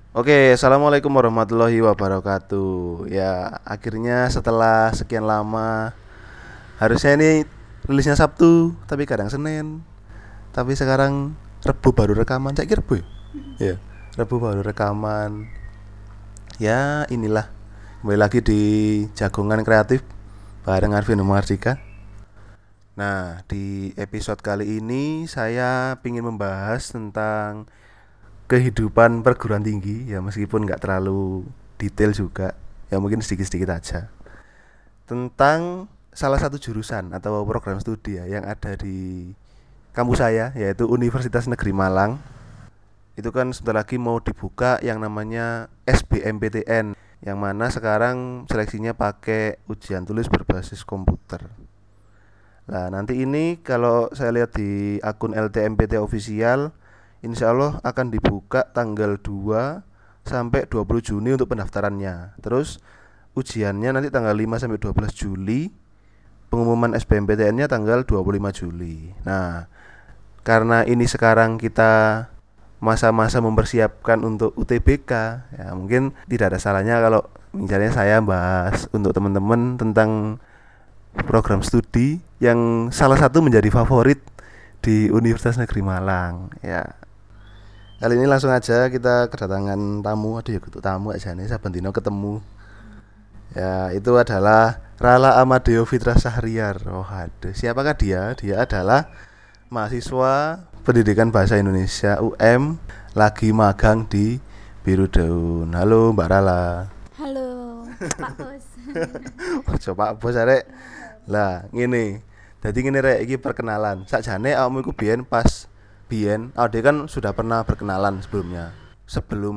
Oke, assalamualaikum warahmatullahi wabarakatuh. Ya, akhirnya setelah sekian lama, harusnya ini rilisnya Sabtu, tapi kadang Senin. Tapi sekarang Rebu baru rekaman. Saya kira Rebu ya? Ya, Rebu baru rekaman. Ya, inilah. Kembali lagi di Jagongan Kreatif bareng Arvin Mardika. Nah, di episode kali ini saya ingin membahas tentang kehidupan perguruan tinggi, ya meskipun nggak terlalu detail juga, ya mungkin sedikit-sedikit aja tentang salah satu jurusan atau program studi ya yang ada di kampus saya, yaitu Universitas Negeri Malang. Itu kan sebentar lagi mau dibuka yang namanya SBMPTN, yang mana sekarang seleksinya pakai ujian tulis berbasis komputer. Nah, nanti ini kalau saya lihat di akun LTMPT official, insya Allah akan dibuka tanggal 2 sampai 20 Juni untuk pendaftarannya. Terus ujiannya nanti tanggal 5 sampai 12 Juli. Pengumuman SBMPTN-nya tanggal 25 Juli. Nah, karena ini sekarang kita masa-masa mempersiapkan untuk UTBK, ya mungkin tidak ada salahnya kalau misalnya saya bahas untuk teman-teman tentang program studi yang salah satu menjadi favorit di Universitas Negeri Malang. Ya, kali ini langsung aja kita kedatangan tamu. Aduh ya kutuk tamu aja nih, Sabandino ketemu. Ya, itu adalah Rala Amadeo Fitra Syahriar. Oh aduh, siapakah dia? Dia adalah mahasiswa Pendidikan Bahasa Indonesia UM, lagi magang di Biru Daun. Halo Mbak Rala. Halo, Pak Bos. Coba bos arek. Lah, ngene. Dadi ngene rek iki perkenalan. Sakjane awakmu iku biyen awake kan sudah pernah berkenalan sebelumnya. Sebelum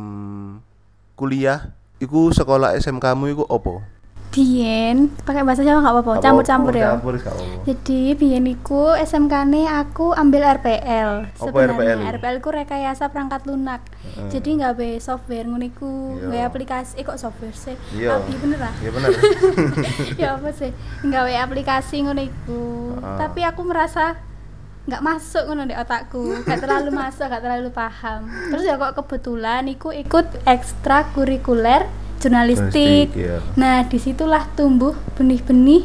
kuliah iku sekolah SMK-mu iku opo? Biyen pakai bahasa Jawa enggak apa-apa, Gak campur-campur apa-apa, ya. campur gak apa-apa. Jadi biyen iku SMK-ne aku ambil RPL. Apa RPL? RPL ku rekayasa perangkat lunak. Jadi nggawe software ngono iku, Iya. nggawe aplikasi kok software sih. Iya. Iya bener lah. Iya bener. Ya apa sih? Nggawe aplikasi ngono iku. Tapi aku merasa nggak masuk ngono di otakku, nggak terlalu masuk, nggak terlalu paham. Terus ya kok kebetulan iku ikut ekstrakurikuler jurnalistik. Iya. Nah disitulah tumbuh benih-benih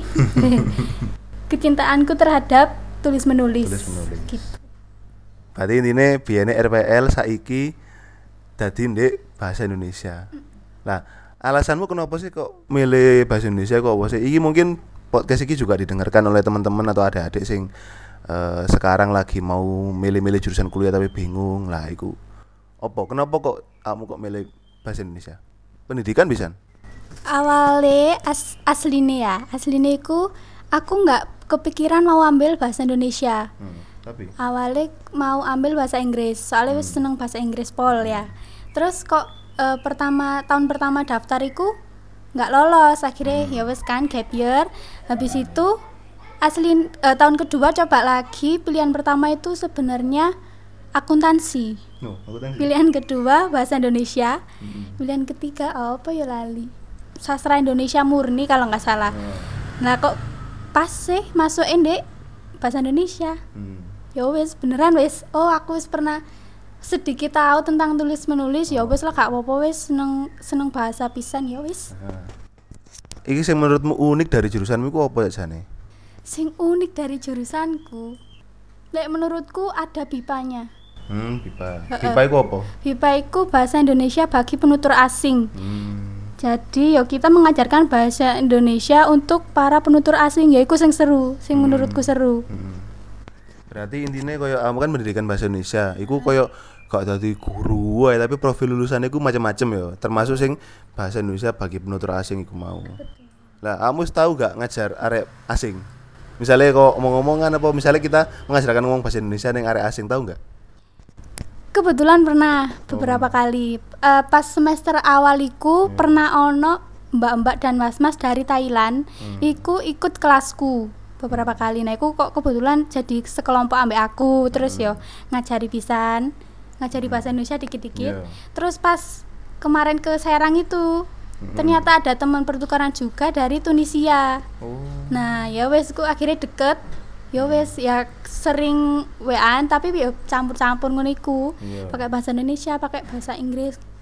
kecintaanku terhadap tulis menulis. Gitu. Berarti intine biyene RPL saiki dadi ndek bahasa Indonesia. Lah, alasanmu kenapa sih kok milih bahasa Indonesia kok apa sih? Iki mungkin podcast iki juga didengarkan oleh teman-teman atau adik-adik sing sekarang lagi mau milih-milih jurusan kuliah tapi bingung. Lah iku opo? Kenapa kok kamu kok milih bahasa Indonesia? Pendidikan bisa? Awalnya asline iku aku nggak kepikiran mau ambil bahasa Indonesia. Tapi Awalnya mau ambil bahasa Inggris, soalnya wis seneng bahasa Inggris pol ya. Terus kok tahun pertama daftar nggak lolos, akhirnya ya wis kan gap year. Habis itu tahun kedua coba lagi, pilihan pertama itu sebenarnya akuntansi. aku tanya. Pilihan kedua bahasa Indonesia. Pilihan ketiga apa ya lali? Sastra Indonesia murni kalau nggak salah. Nah kok pas sih masukin dek bahasa Indonesia. Ya wis beneran wis. Oh aku wis pernah sedikit tahu tentang tulis menulis. Ya wis lah gak apa-apa wis, seneng bahasa pisan ya wis. Iki sing menurutmu unik dari jurusanmu iku apa ya jane? Sing unik dari jurusanku, lek menurutku ada BIPA-nya. BIPA. BIPA iku apa? BIPA itu bahasa Indonesia bagi penutur asing. Jadi yo kita mengajarkan bahasa Indonesia untuk para penutur asing, ya iku sing seru, sing menurutku seru. Berarti intinya koyo kamu kan pendidikan bahasa Indonesia, iku koyo gak dadi guru wae tapi profil lulusannya iku macam-macam ya, termasuk sing bahasa Indonesia bagi penutur asing iku mau. Lah, kamu tahu gak ngajar arek asing? Misalnya kok ngomong-ngomongan apa misalnya kita mengajarkan ngomong bahasa Indonesia ning arek asing, tahu enggak? Kebetulan pernah beberapa kali. Pas semester awal iku pernah ono mbak-mbak dan mas-mas dari Thailand iku ikut kelasku beberapa kali. Nah, iku kok kebetulan jadi sekelompok ambek aku, terus yo ngajari ngajari bahasa Indonesia dikit-dikit. Terus pas kemarin ke Serang itu ternyata ada teman pertukaran juga dari Tunisia. Nah, ya wes ku akhirnya deket. Ya wes ya sering WA-an tapi ya campur-campur ngono iku. Pakai bahasa Indonesia, pakai bahasa Inggris.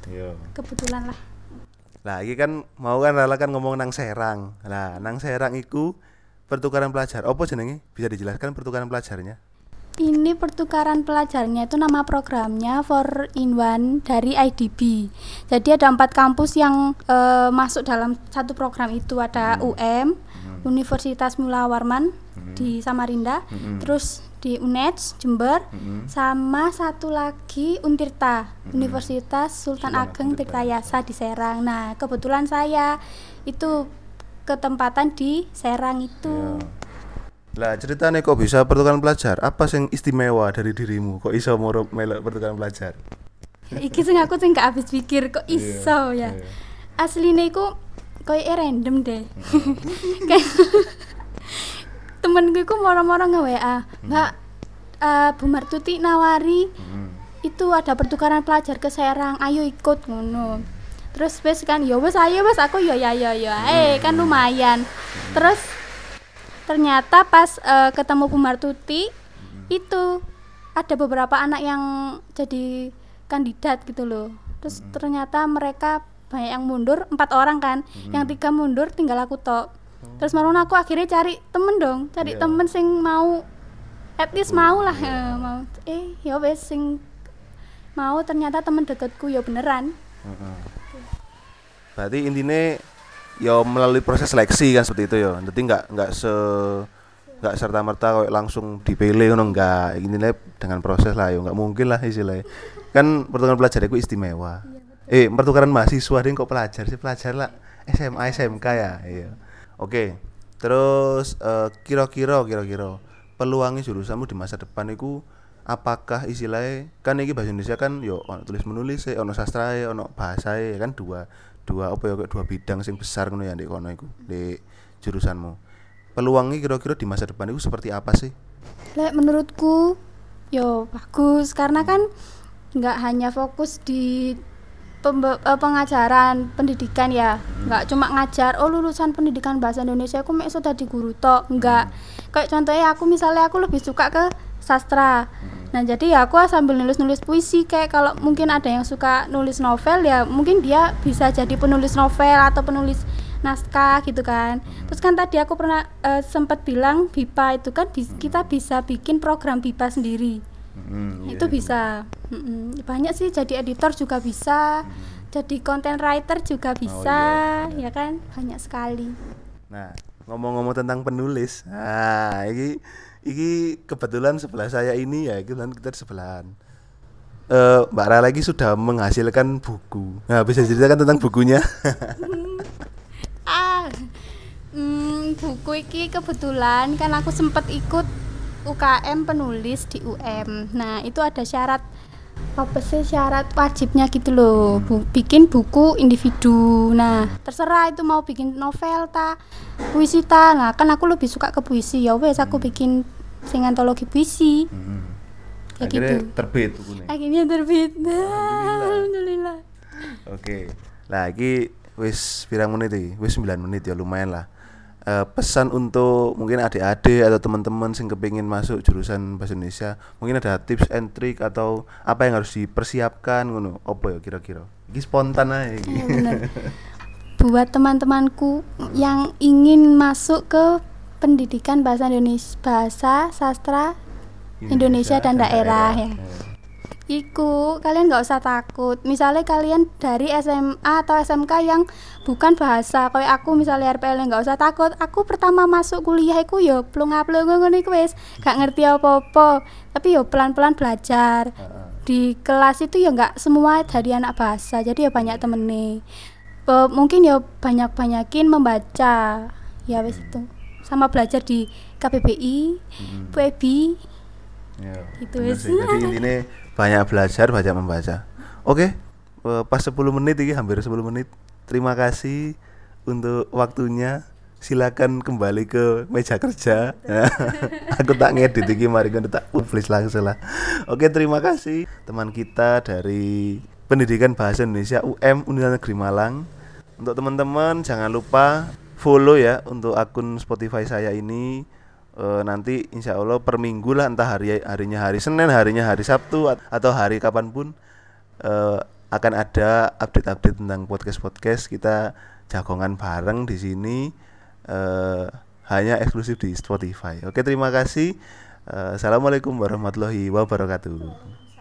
Iya. Kebetulan lah. Lah iki kan mau kan Lala kan ngomong nang Serang. Lah nang Serang iku pertukaran pelajar. Apa jenenge? Bisa dijelaskan pertukaran pelajarnya? Ini pertukaran pelajarnya itu nama programnya 4-in-1 dari IDB. Jadi ada 4 kampus yang masuk dalam satu program itu. Ada UM, Universitas Mula Warman di Samarinda, terus di UNED Jember, sama satu lagi Untirta, Universitas Sultan Ageng Tirtayasa di Serang. Nah kebetulan saya itu ketempatan di Serang itu. Lah ceritanya kok bisa pertukaran pelajar? Apa sing istimewa dari dirimu? Kok iso melok pertukaran pelajar? Iki sing aku sing gak habis pikir kok iso ya. Asline iku koyo random deh. Kayak temenku iku moro-moro nge-WA, "Mbak, Bu Martuti nawari itu ada pertukaran pelajar ke Serang, ayo ikut," ngono. Terus wes kan, ya wes ayo wes aku ya kan lumayan. Terus ternyata pas ketemu Bu Martuti itu ada beberapa anak yang jadi kandidat gitu loh. Terus ternyata mereka banyak yang mundur, 4 orang kan, yang 3 mundur tinggal aku tok. Terus marono aku akhirnya cari temen dong, temen sing mau at least mau lah mau. Ya wes sing mau ternyata temen deketku ya beneran. Berarti intinya ya melalui proses seleksi kan seperti itu ya. Jadi enggak serta merta kayak langsung dipilih ngono enggak. Intinya dengan proses lah ya, enggak mungkin lah istilahnya. Kan pertukaran pelajar itu istimewa. Pertukaran mahasiswa ding kok pelajar sih, pelajar lah SMA SMK ya. Iya. Oke. Terus kira-kira peluangnya jurusanmu di masa depan itu apakah istilahnya kan iki bahasa Indonesia kan yo ono tulis menulis ono sastra ono bahasa kan dua apa ya dua bidang sing besar ngono ya ndek kono iku di jurusanmu. Peluangnya kira-kira di masa depan itu seperti apa sih? Lek menurutku yo bagus karena kan nggak hanya fokus di pengajaran pendidikan ya, nggak cuma ngajar lulusan pendidikan bahasa Indonesia aku mek iso dadi guru tok, enggak. Kayak contohnya aku misalnya aku lebih suka ke sastra. Nah jadi ya aku sambil nulis puisi, kayak kalau mungkin ada yang suka nulis novel ya mungkin dia bisa jadi penulis novel atau penulis naskah gitu kan. Terus kan tadi aku pernah sempat bilang BIPA itu kan kita bisa bikin program BIPA sendiri. Itu bisa. Banyak sih, jadi editor juga bisa, jadi content writer juga bisa, ya kan banyak sekali. Nah ngomong-ngomong tentang penulis, iki kebetulan sebelah saya ini ya kita di sebelahan. Mbak Ra lagi sudah menghasilkan buku. Nah bisa ceritakan tentang bukunya? Buku iki kebetulan kan aku sempat ikut UKM penulis di UM. Nah itu ada syarat syarat wajibnya gitu loh, bikin buku individu. Nah terserah itu mau bikin novel ta, puisi ta. Nah kan aku lebih suka ke puisi, ya wes aku bikin sing antologi puisi. Ya akhirnya gitu. Terbit bukunya. Akhirnya terbit. Alhamdulillah. Oke. Lah iki wis pirang menit iki? Wis 9 menit ya lumayan lah. Pesan untuk mungkin adik-adik atau teman-teman sing kepingin masuk jurusan bahasa Indonesia, mungkin ada tips and trick atau apa yang harus dipersiapkan ngono, apa ya kira-kira? Iki spontan aja iki. Ya, bener. Buat teman-temanku yang ingin masuk ke pendidikan bahasa Indonesia, bahasa sastra Indonesia dan daerah ya. Iku kalian nggak usah takut. Misalnya kalian dari SMA atau SMK yang bukan bahasa, kayak aku misalnya RPL, nggak usah takut. Aku pertama masuk kuliah iku yo plung-plung ngono iku wis gak ngerti apa-apa, tapi yo pelan-pelan belajar. Di kelas itu ya nggak semua dari anak bahasa, jadi ya banyak temennya. Mungkin ya banyakin membaca. Ya wis itu. Sama belajar di KBBI, PEBI. Ya. Gitu wis. Jadi intinya banyak belajar, banyak membaca. Oke, pas 10 menit ini, hampir 10 menit. Terima kasih untuk waktunya. Silakan kembali ke meja kerja. Aku tak ngedit iki, mari kita tak publish langsung lah. Oke, terima kasih teman kita dari Pendidikan Bahasa Indonesia UM Universitas Negeri Malang. Untuk teman-teman jangan lupa follow ya untuk akun Spotify saya ini. Nanti insya Allah per minggu lah, entah harinya hari Senin, harinya hari Sabtu atau hari kapanpun akan ada update-update tentang podcast kita jagongan bareng di sini, hanya eksklusif di Spotify. Oke, terima kasih. Assalamualaikum warahmatullahi wabarakatuh.